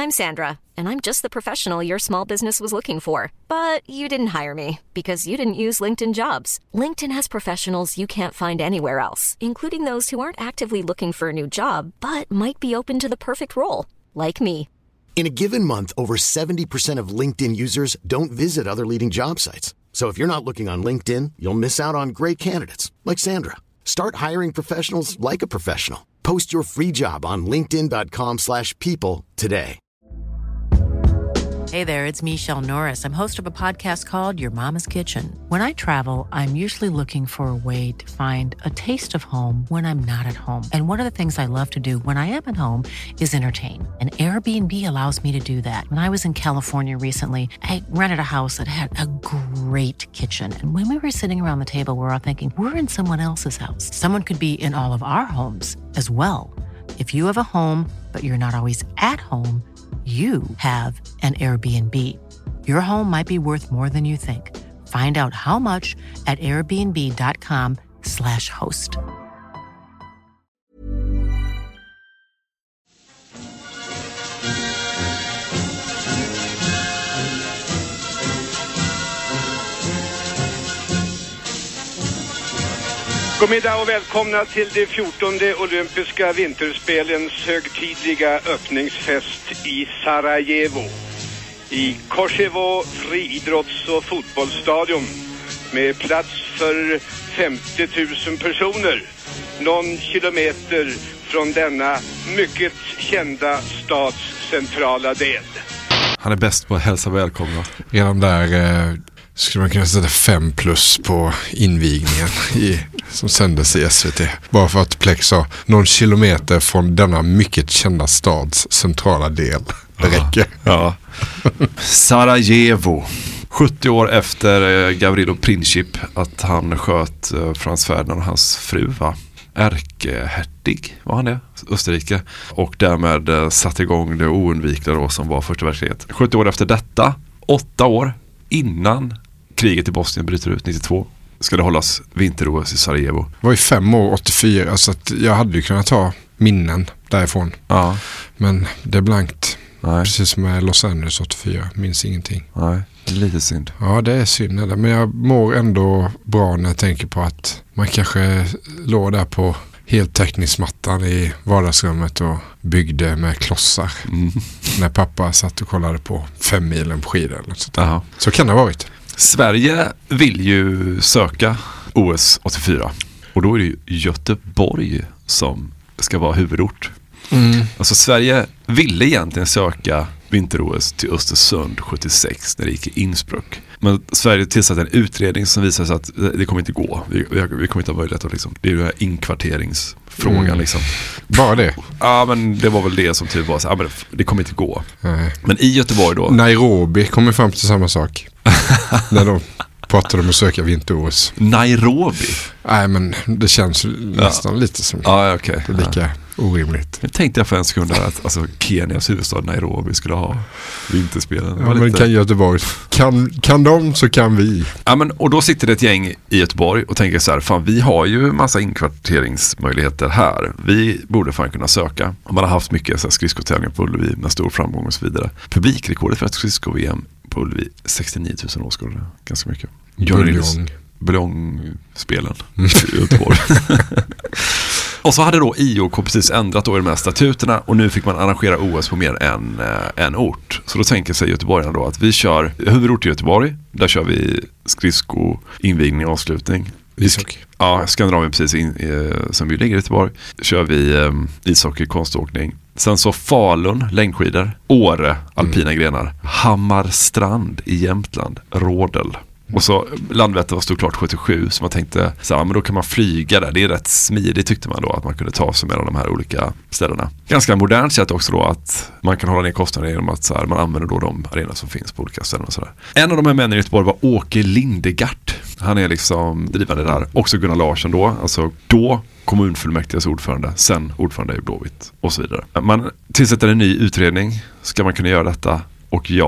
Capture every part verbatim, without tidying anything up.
I'm Sandra, and I'm just the professional your small business was looking for. But you didn't hire me because you didn't use LinkedIn Jobs. LinkedIn has professionals you can't find anywhere else, including those who aren't actively looking for a new job, but might be open to the perfect role, like me. In a given month, over seventy percent of LinkedIn users don't visit other leading job sites. So if you're not looking on LinkedIn, you'll miss out on great candidates like Sandra. Start hiring professionals like a professional. Post your free job on linkedin dot com slash people today. Hey there, it's Michelle Norris. I'm host of a podcast called Your Mama's Kitchen. When I travel, I'm usually looking for a way to find a taste of home when I'm not at home. And one of the things I love to do when I am at home is entertain. And Airbnb allows me to do that. When I was in California recently, I rented a house that had a great kitchen. And when we were sitting around the table, we were all thinking, we're in someone else's house. Someone could be in all of our homes as well. If you have a home, but you're not always at home, you have an Airbnb. Your home might be worth more than you think. Find out how much at airbnb dot com slash host. God middag och välkomna till det fjortonde olympiska vinterspelens högtidliga öppningsfest i Sarajevo. I Koševo friidrotts- och fotbollsstadion med plats för femtio tusen personer. Någon kilometer från denna mycket kända stads centrala del. Han är bäst på att hälsa välkomna. Redan där eh, skulle man kunna sätta fem plus på invigningen i, som sändes i S V T. Bara för att Plex sa någon kilometer från denna mycket kända stads centrala del. Det ja, räcker. Ja. Sarajevo. sjuttio år efter Gavrilo Princip att han sköt Frans Ferdinand och hans fru, va? Ärkehertig var han det, Österrike, och därmed satte igång det oundvikliga då som var första världskriget. sjuttio år efter detta, åtta år innan kriget i Bosnien bryter ut nittiotvå, ska det hållas vinter-O S i Sarajevo. Det var ju fem år, åttiofyra, så att jag hade ju kunnat ta minnen därifrån. Ja. Men det är blankt. Nej. Precis som med Los Angeles åttiofyra, minns ingenting. Nej, lite synd. Ja, det är synd. Men jag mår ändå bra när jag tänker på att man kanske låg där på heltäckningsmattan i vardagsrummet och byggde med klossar. Mm. När pappa satt och kollade på fem milen på skidor. Eller sånt där. Så kan det ha varit. Sverige vill ju söka O S åttiofyra. Och då är det ju Göteborg som ska vara huvudort. Mm. Alltså Sverige ville egentligen söka vinter-O S till Östersund sjuttiosex när det gick i Innsbruck. Men Sverige tillsatte en utredning som visade sig att det kommer inte gå. Vi, vi, vi kommer inte ha möjlighet att liksom, det är ju den här inkvarteringsfrågan mm. liksom. Bara det? Ja, men det var väl det som typ var så, ja, men det, det kommer inte gå. Nej. Men i Göteborg då. Nairobi kommer fram till samma sak. När de pratade om att söka vinter-O S. Nairobi? Nej, men det känns nästan ja. lite som ja, okay. det är lika ja. orimligt. Jag tänkte jag för en sekund att alltså, Kenias huvudstad Nairobi skulle ha vinterspelen. Ja, men lite... kan Göteborg. Kan, kan de så kan vi. Ja, men, och då sitter det ett gäng i Göteborg och tänker så här, fan vi har ju massa inkvarteringsmöjligheter här. Vi borde fan kunna söka. Man har haft mycket så här, skridskotävlingar på Ullevi med stor framgång och så vidare. Publikrekordet för ett skridsko-V M på Ullevi sextionio tusen åskådare. Ganska mycket. Buljong. Buljongspelen i Göteborg. Och så hade då I O K precis ändrat då i de här statuterna och nu fick man arrangera O S på mer än en ort. Så då tänker sig göteborgarna då att vi kör huvudort i Göteborg. Där kör vi skridsko, invigning och avslutning. Ishockey. Ja, Skandinavien precis in, eh, som vi ligger i Göteborg. Kör vi eh, ishockey, konståkning. Sen så Falun, längdskidor. Åre, alpina mm. grenar. Hammarstrand i Jämtland. Rådel. Och så Landvetter var stod klart sjuttiosju, så man tänkte så här, men då kan man flyga där. Det är rätt smidigt tyckte man då, att man kunde ta sig mellan de här olika ställena. Ganska modernt sätt också då att man kan hålla ner kostnader genom att så här, man använder då de arenor som finns på olika ställen och sådär. En av de här männen i Göteborg var Åke Lindegart. Han är liksom drivande där. Också Gunnar Larsson då, alltså då kommunfullmäktiges ordförande, sen ordförande i Blåvitt och så vidare. Man tillsätter en ny utredning, ska man kunna göra detta? Och ja,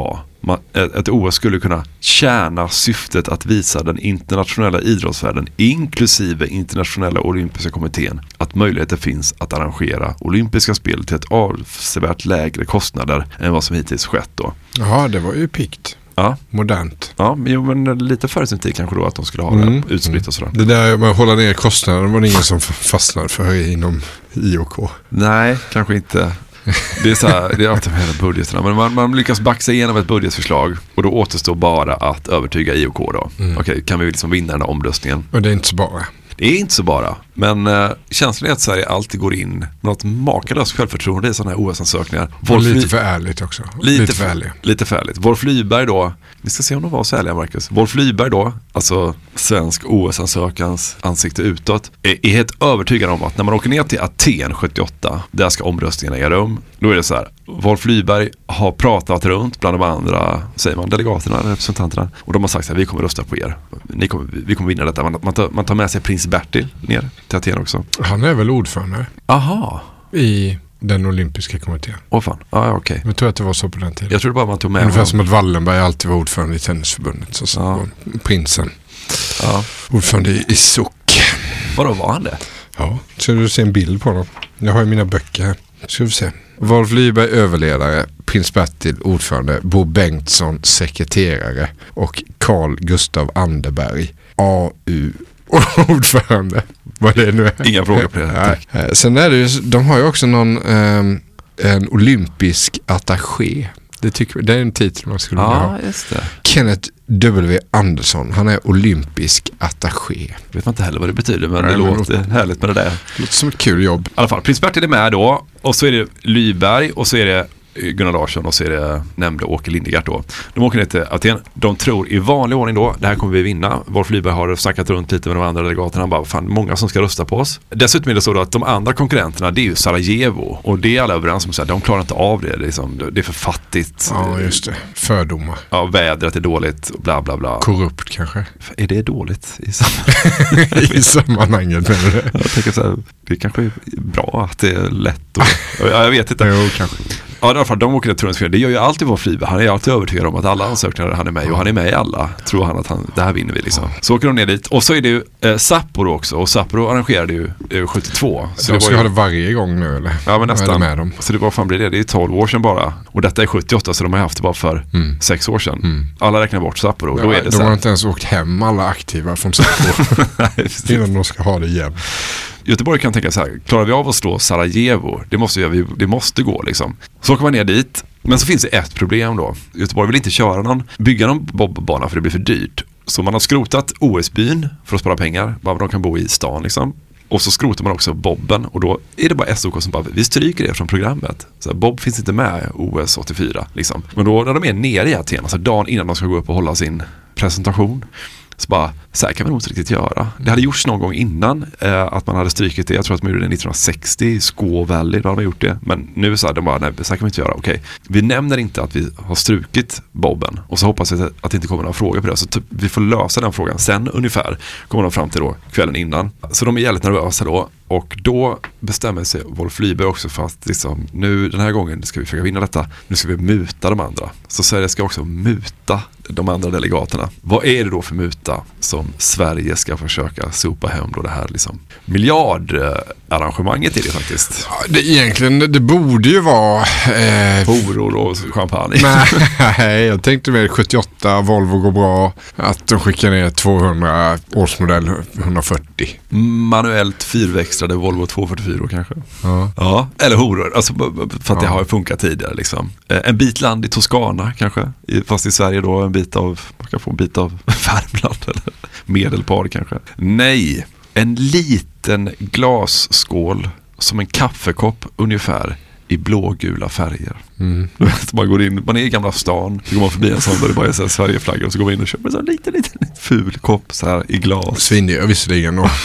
man, ett O S skulle kunna tjäna syftet att visa den internationella idrottsvärlden, inklusive internationella olympiska kommittén, att möjligheter finns att arrangera olympiska spel till ett avsevärt lägre kostnader än vad som hittills skett då. Ja, det var ju pikt. Ja. Modernt. Ja, men lite före sin tid kanske då att de skulle ha mm. det utspritt och sådär. Det där med att hålla ner kostnaderna var det ingen som fastnade för inom I O K. Nej, kanske inte. Det är så här, det är alltid med budgeterna. Men man, man lyckas baxa igenom ett budgetförslag och då återstår bara att övertyga I O K då. Mm. Okej, kan vi liksom vinna den här omröstningen? Och det är inte så bara. Det är inte så bara, men uh, känslan är att Sverige alltid går in med något makalöst självförtroende i sådana här O S-ansökningar. Lite för ärligt också. Lite, lite för ärligt. Lite för ärligt. Wolf Lyberg då, vi ska se om de var så ärliga, Marcus. Wolf Lyberg då, alltså svensk O S-ansökans ansikte utåt, är, är helt övertygad om att när man åker ner till Aten sjuttioåtta, där ska omröstningen äga rum, då är det så här. Wolf Lyberg har pratat runt bland de andra, säger man, delegaterna, representanterna, och de har sagt att vi kommer rösta på er. Ni kommer, vi kommer vinna detta. Man, man, tar, man tar med sig prins Bertil ner till Aten också. Han är väl ordförande? Aha. I den olympiska kommittén. Åh fan, ja okej. Okay. Jag tror att det var så på den tiden. Jag tror bara man tog med ungefär som att Wallenberg alltid var ordförande i tennisförbundet. Så, så ja. Prinsen. Ja. Ordförande i, i S O K. Vadå, var han det? Ja, ska du se en bild på honom. Jag har ju mina böcker här. Ska vi se. Wolf Lyberg överledare, prins Bertil ordförande, Bo Bengtsson sekreterare och Carl Gustav Anderberg A U ordförande. Vad det nu är. Inga frågor på det. Nej. Sen är det ju, de har ju också någon um, en olympisk attaché. Det, tycker, det är en titel man skulle vilja ja, ha. Just det. Kenneth W. Andersson, han är olympisk attaché. Vet man inte heller vad det betyder, men Nej, det men låter härligt med det där. Det låter som ett kul jobb. I alla fall, prins Bertil är med då, och så är det Lyberg, och så är det Gunnar Larsson, och så är det nämnde Åke Lindegard då. De åker ner till Aten. De tror i vanlig ordning då, det här kommer vi vinna. Wolf Lyberg har snackat runt lite med de andra delegaterna. Han bara, fan, många som ska rösta på oss. Dessutom är det så då att de andra konkurrenterna, det är ju Sarajevo. Och det är alla överens om att de klarar inte av det. Liksom. Det är för fattigt. Ja, just det. Fördomar. Ja, vädret är dåligt, bla bla bla. Korrupt kanske. Är det dåligt i sammanhanget? I sammanhanget menar du? Jag tänker så här, det kanske är bra att det är lätt. Och, ja, jag vet inte. Jo, kanske. Ja, i alla fall, de åker ner till det gör ju alltid Wolf Lyberg. Han är alltid övertygad om att alla ansökningar han är med, och han är med i alla. Tror han att han, det här vinner vi liksom. Så åker de ner dit. Och så är det ju eh, Sapporo också. Och Sapporo arrangerade ju eh, sjuttiotvå. Så de det ska var ju... ha det varje gång nu eller? Ja, men nästan. Med dem. Så det var fan blir det. Det är tolv år sedan bara. Och detta är sjuttioåtta, så de har haft det bara för mm. sex år sedan. Mm. Alla räknar bort Sapporo. Ja, då är det de så har inte ens åkt hem alla aktiva från Sapporo. Innan de ska ha det igen. Göteborg kan tänka så här, klarar vi av att slå Sarajevo? Det måste, vi, det måste gå liksom. Så åker man ner dit. Men så finns det ett problem då. Göteborg vill inte köra någon, bygga någon bobbana för det blir för dyrt. Så man har skrotat O S-byn för att spara pengar. Bara de kan bo i stan liksom. Och så skrotar man också bobben. Och då är det bara S O K som bara, vi stryker det från programmet. Så här, Bob finns inte med i O S åttiofyra liksom. Men då när de är nere i Aten, alltså dagen innan de ska gå upp och hålla sin presentation, så bara, så här kan man nog inte riktigt göra. Det hade gjorts någon gång innan eh, att man hade strykit det. Jag tror att man gjorde det nittonhundrasextio i Squaw Valley, då hade man gjort det. Men nu så här, de bara, nej, så här kan vi inte göra. Okej, vi nämner inte att vi har strukit bobben. Och så hoppas jag att det inte kommer några frågor på det. Så typ, vi får lösa den frågan sen ungefär. Kommer de fram till då, kvällen innan. Så de är jävligt nervösa då. Och då bestämmer sig Wolf Lyberg också för att liksom, nu den här gången ska vi försöka vinna detta. Nu ska vi muta de andra. Så Sverige ska också muta de andra delegaterna. Vad är det då för muta som Sverige ska försöka sopa hem då det här liksom miljardarrangemanget är det faktiskt? Ja, det, egentligen, det borde ju vara eh, horor och champagne. Nej, jag tänkte med sjuttioåtta, Volvo går bra, att de skickar ner tvåhundra årsmodell hundrafyrtio. Manuellt fyrväxlade Volvo tvåhundrafyrtiofyra kanske. Ja. Ja, eller horor, alltså för att det ja. har funkat tidigare liksom. En bit land i Toscana kanske, fast i Sverige då en bit av, man kan få en bit av Värmland eller Medelpad kanske. Nej, en liten glasskål som en kaffekopp ungefär i blågula färger. Mm. Man går in, man är i Gamla stan, så går man förbi en sån där det bara är så här Sverigeflaggor, och så går man in och köper en sån liten, liten, liten ful kopp så här i glas. Svindyr visserligen. Och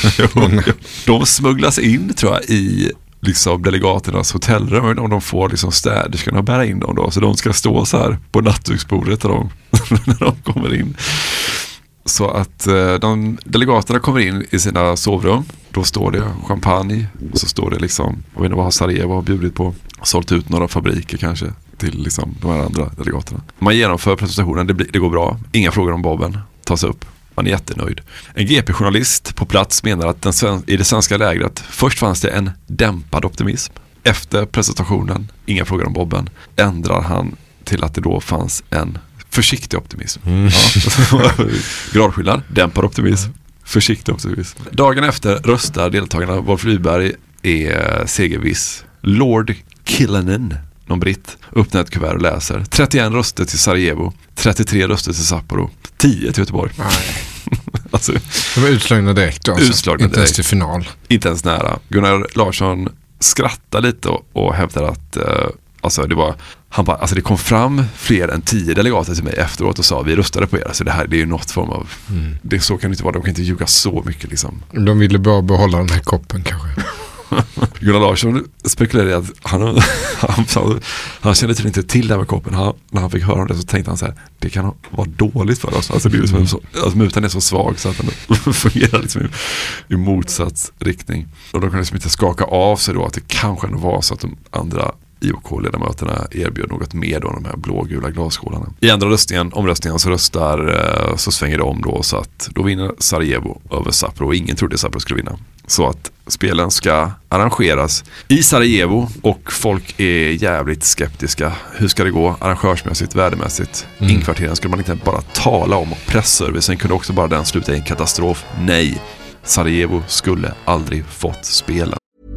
de smugglas in tror jag i liksom delegaternas hotellrum om de får liksom städerskorna bära in dem då, så de ska stå så här på nattduksbordet när de, när de kommer in. Så att de delegaterna kommer in i sina sovrum, då står det champagne, så står det liksom, jag vet inte vad Sarajevo har bjudit på, sålt ut några fabriker kanske, till liksom, de här andra delegaterna. Man genomför presentationen, det, blir, det går bra. Inga frågor om Bobben tas upp. Man är jättenöjd. En G P-journalist på plats menar att den sven- i det svenska lägret först fanns det en dämpad optimism. Efter presentationen, inga frågor om Bobben, ändrar han till att det då fanns en försiktig optimism. Mm. Ja. Gradskillnad, dämpad optimism, försiktig optimism. Dagen efter röstar deltagarna. Wolf Rydberg är segerviss. Lord Killänen, någon britt, öppnar ett kuvert och läser. trettioen röster till Sarajevo, trettiotre röster till Sapporo, tio till Göteborg. Nej. Alltså, de var utslagna direkt då, alltså. Utslagna inte direkt. Ens till final. Inte ens nära. Gunnar Larsson skrattar lite och, och hävdar att uh, alltså det var, han bara, alltså det kom fram fler än tio delegater till mig efteråt och sa vi röstade på er. Så det här, det är ju något form av, mm. det så kan det inte vara, de kan inte ljuga så mycket liksom. De ville bara behålla den här koppen kanske. Gunnar Larsson spekulerade att han, han, han, han kände till inte till det här med koppen. Han, när han fick höra om det så tänkte han så här, det kan vara dåligt för oss. Alltså, det är som, så, alltså mutan är så svag så att den fungerar liksom i, i motsatt riktning. Och de kan liksom inte skaka av sig då att det kanske ändå var så att de andra I O K-ledamöterna erbjöd något mer då, de här blågula glasskålarna. I andra röstningen, omröstningen så röstar, så svänger det om då så att då vinner Sarajevo över Sapporo och ingen trodde Sapporo skulle vinna. Så att spelen ska arrangeras i Sarajevo och folk är jävligt skeptiska. Hur ska det gå arrangörsmässigt, värdemässigt? Mm. Inkvarteringen skulle man inte bara tala om och pressservicen kunde också bara den sluta i en katastrof. Nej, Sarajevo skulle aldrig fått spela.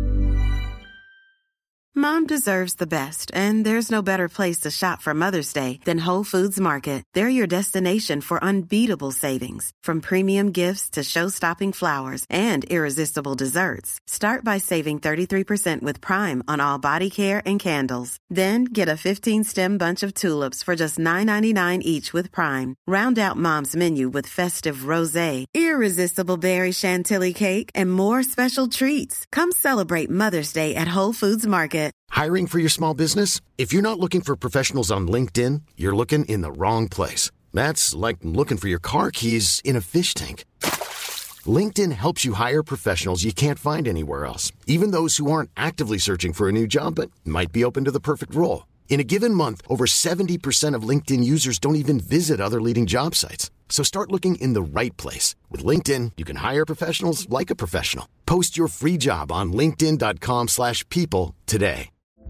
Mom deserves the best, and there's no better place to shop for Mother's Day than Whole Foods Market. They're your destination for unbeatable savings, from premium gifts to show-stopping flowers and irresistible desserts. Start by saving thirty-three percent with Prime on all body care and candles. Then get a fifteen-stem bunch of tulips for just nine ninety-nine each with Prime. Round out Mom's menu with festive rosé, irresistible berry chantilly cake, and more special treats. Come celebrate Mother's Day at Whole Foods Market. Hiring for your small business? If you're not looking for professionals on LinkedIn, you're looking in the wrong place. That's like looking for your car keys in a fish tank. LinkedIn helps you hire professionals you can't find anywhere else, even those who aren't actively searching for a new job but might be open to the perfect role. In a given month, over seventy percent of LinkedIn users don't even visit other leading job sites. So start looking in the right place. With LinkedIn, you can hire professionals like a professional. Post your free job on linkedin.com slash people today.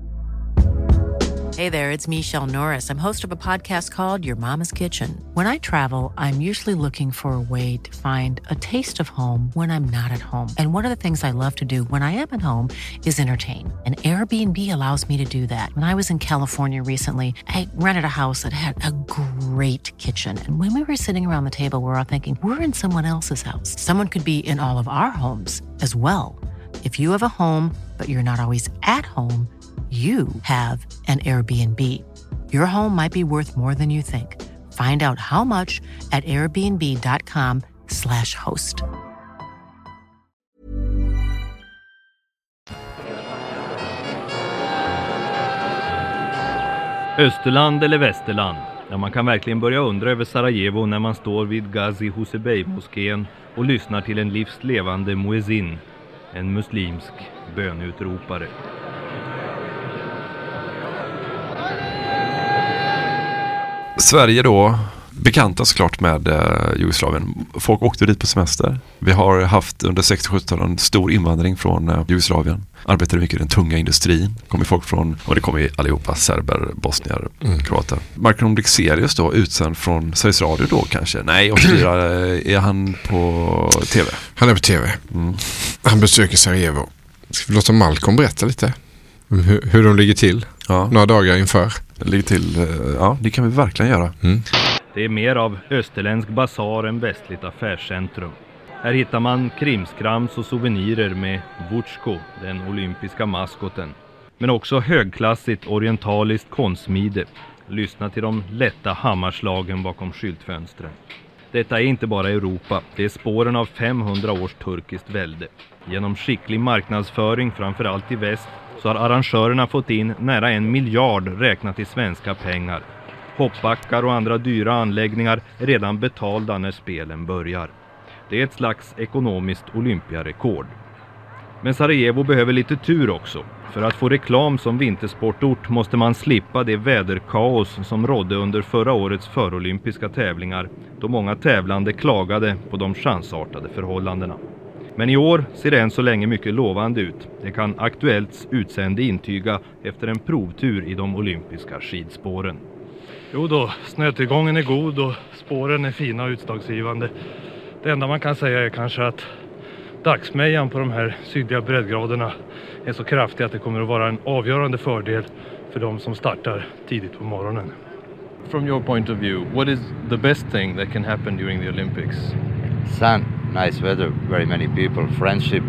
Hey there, it's Michelle Norris. I'm host of a podcast called Your Mama's Kitchen. When I travel, I'm usually looking for a way to find a taste of home when I'm not at home. And one of the things I love to do when I am at home is entertain. And Airbnb allows me to do that. When I was in California recently, I rented a house that had a great kitchen. And when we were sitting around the table, we were all thinking, we're in someone else's house. Someone could be in all of our homes as well. If you have a home, but you're not always at home, you have an Airbnb. Your home might be worth more than you think. Find out how much at airbnb.com slash host. Österland eller Västerland? Ja, man kan verkligen börja undra över Sarajevo när man står vid Gazi Husebey-moskén och lyssnar till en livslevande muezzin, en muslimsk bönutropare. Sverige då, bekanta såklart med eh, Jugoslavien. Folk åkte dit på semester. Vi har haft under sextio-sjuttiotalet en stor invandring från eh, Jugoslavien. Arbetade mycket i den tunga industrin. Kommer folk från, och det kommer ju allihopa, serber, bosnier, mm. kroater. Marko Dexerius då, utsänd från Sveriges Radio då kanske? Nej, åttiofyra är han på tv? Han är på tv. Mm. Han besöker Sarajevo. Ska vi låta Malcolm berätta lite hur, hur de ligger till ja. några dagar inför? Ligger till, ja, det kan vi verkligen göra. Mm. Det är mer av österländsk basar än västligt affärscentrum. Här hittar man krimskrams och souvenirer med Vutjko, den olympiska maskoten. Men också högklassigt orientaliskt konstsmide. Lyssna till de lätta hammarslagen bakom skyltfönstren. Detta är inte bara Europa, det är spåren av femhundra års turkiskt välde. Genom skicklig marknadsföring, framförallt i väst, så har arrangörerna fått in nära en miljard räknat i svenska pengar. Hoppbackar och andra dyra anläggningar är redan betalda när spelen börjar. Det är ett slags ekonomiskt olympiarekord. Men Sarajevo behöver lite tur också. För att få reklam som vintersportort måste man slippa det väderkaos som rådde under förra årets förolympiska tävlingar, då många tävlande klagade på de chansartade förhållandena. Men i år ser det än så länge mycket lovande ut. Det kan Aktuellts utsände intyga efter en provtur i de olympiska skidspåren. Jo då, snötillgången är god och spåren är fina och utslagsgivande. Det enda man kan säga är kanske att dagsmejan på de här sydliga breddgraderna är så kraftig att det kommer att vara en avgörande fördel för de som startar tidigt på morgonen. From your point of view, what is the best thing that can happen during the Olympics? Sun, nice weather, very many people, friendship,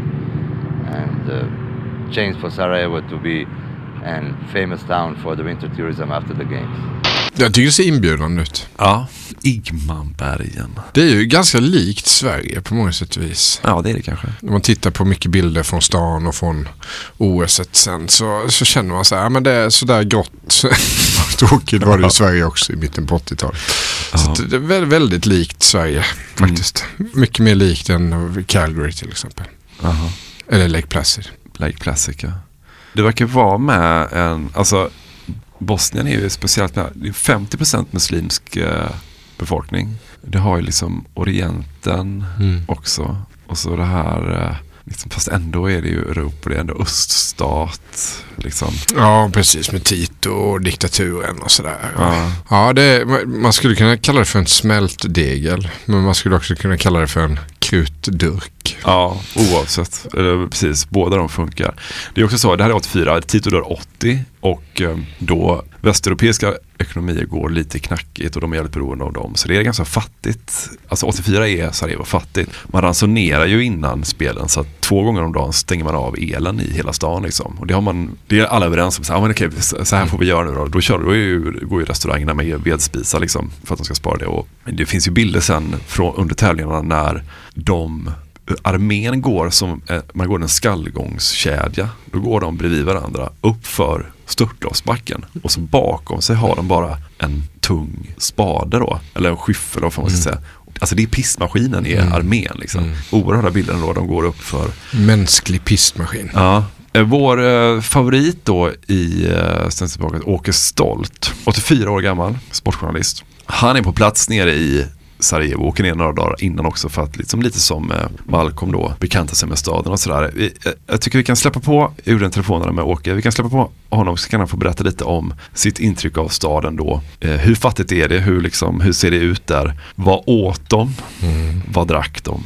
and uh, chance for Sarajevo to be a famous town for the winter tourism after the games. Jag tycker det ser inbjudande ut. Ja, Igmanbergen. Det är ju ganska likt Sverige på många sätt och vis. Ja, det är det kanske. När man tittar på mycket bilder från stan och från O S sen så, så känner man så här, men det är sådär grått. Tråkigt var det i Sverige också i mitten på åttiotalet. Ja. Så det är väldigt, väldigt likt Sverige faktiskt. Mm. Mycket mer likt än Calgary till exempel. Aha. Eller Lake Placid. Lake Placid, ja. Det verkar vara med en, alltså Bosnien är ju speciellt med, det är femtio procent muslimsk eh, befolkning. Det har ju liksom Orienten mm. också. Och så det här, eh, liksom, fast ändå är det ju Europa, det är ändå öststat. Liksom. Ja, precis, med Tito och diktaturen och sådär. Ja, ja det, man skulle kunna kalla det för en smältdegel, men man skulle också kunna kalla det för en krutdurk. Ja, oavsett. Precis, båda de funkar. Det är också så, det här är åttiofyra, Tito dör åttio och då västeuropeiska ekonomier går lite knackigt och de är jävligt beroende av dem. Så det är ganska fattigt. Alltså åttiofyra är Sarajevo fattigt. Man ransonerar ju innan spelen så att två gånger om dagen stänger man av elen i hela stan liksom. Och det har man, det är alla överens om. Så, ah, men okej, så här får vi göra nu då. Då, kör, då är ju, går ju restaurangerna med vedspisar liksom för att de ska spara det. Och, men det finns ju bilder sen från, under tävlingarna när de armén går som, man går en skallgångskedja, då går de bredvid varandra upp för störtloppsbacken och så bakom sig har de bara en tung spade då, eller en skyffel då får man ska mm. säga. Alltså det är pistmaskinen i mm. armén liksom. Mm. Oerhörda bilder då, de går upp för mänsklig pistmaskin. Ja. Vår eh, favorit då i eh, ständigt Åke Stolt, åttiofyra år gammal, sportjournalist. Han är på plats nere i Sarajevo, åker ner några dagar innan också för att liksom, lite som eh, Malcolm då bekanta sig med staden och sådär. Vi, eh, jag tycker vi kan släppa på ur telefonerna med Åke. Vi kan släppa på honom så kan han få berätta lite om sitt intryck av staden då. Eh, hur fattigt är det? Hur, liksom, hur ser det ut där? Vad åt de? Mm. Vad drack de?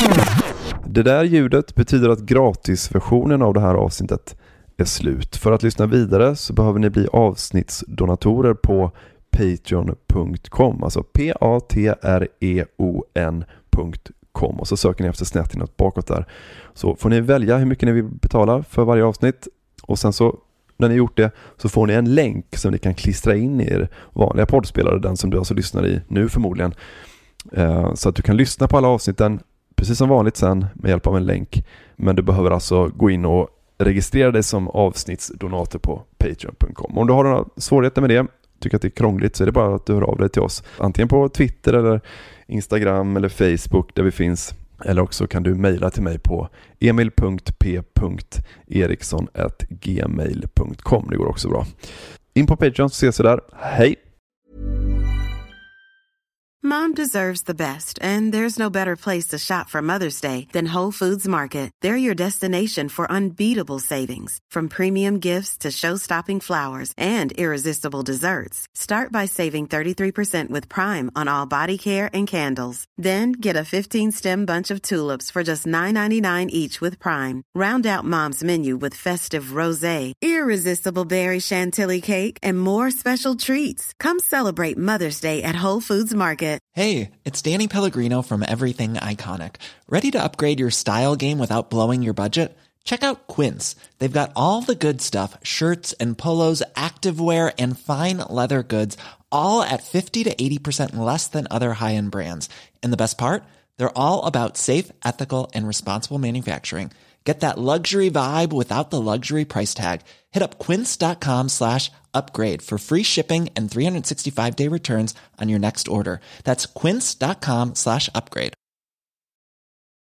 Det där ljudet betyder att gratisversionen av det här avsnittet är slut. För att lyssna vidare så behöver ni bli avsnittsdonatorer på patreon punkt com, alltså p a t r e o n punkt com, och så söker ni efter snett inåt bakåt där. Så får ni välja hur mycket ni vill betala för varje avsnitt, och sen så när ni gjort det så får ni en länk som ni kan klistra in i er vanliga poddspelare, den som du alltså lyssnar i nu förmodligen, så att du kan lyssna på alla avsnitten precis som vanligt sen med hjälp av en länk. Men du behöver alltså gå in och registrera dig som avsnittsdonator på patreon punkt com. Om du har några svårigheter med det, tycker att det är krångligt, så är det bara att du hör av dig till oss. Antingen på Twitter eller Instagram eller Facebook där vi finns. Eller också kan du mejla till mig på emil punkt p punkt eriksson at gmail punkt com. Det går också bra. In på Patreon så ses vi där. Hej! Mom deserves the best, and there's no better place to shop for Mother's Day than Whole Foods Market. They're your destination for unbeatable savings, from premium gifts to show-stopping flowers and irresistible desserts. Start by saving thirty-three percent with Prime on all body care and candles. Then get a fifteen-stem bunch of tulips for just nine ninety-nine each with Prime. Round out Mom's menu with festive rosé, irresistible berry chantilly cake, and more special treats. Come celebrate Mother's Day at Whole Foods Market. Hey, it's Danny Pellegrino from Everything Iconic. Ready to upgrade your style game without blowing your budget? Check out Quince. They've got all the good stuff, shirts and polos, activewear, and fine leather goods, all at fifty to eighty percent less than other high-end brands. And the best part? They're all about safe, ethical, and responsible manufacturing. Get that luxury vibe without the luxury price tag. Hit up quince.com slash upgrade for free shipping and three sixty-five day returns on your next order. That's quince.com slash upgrade.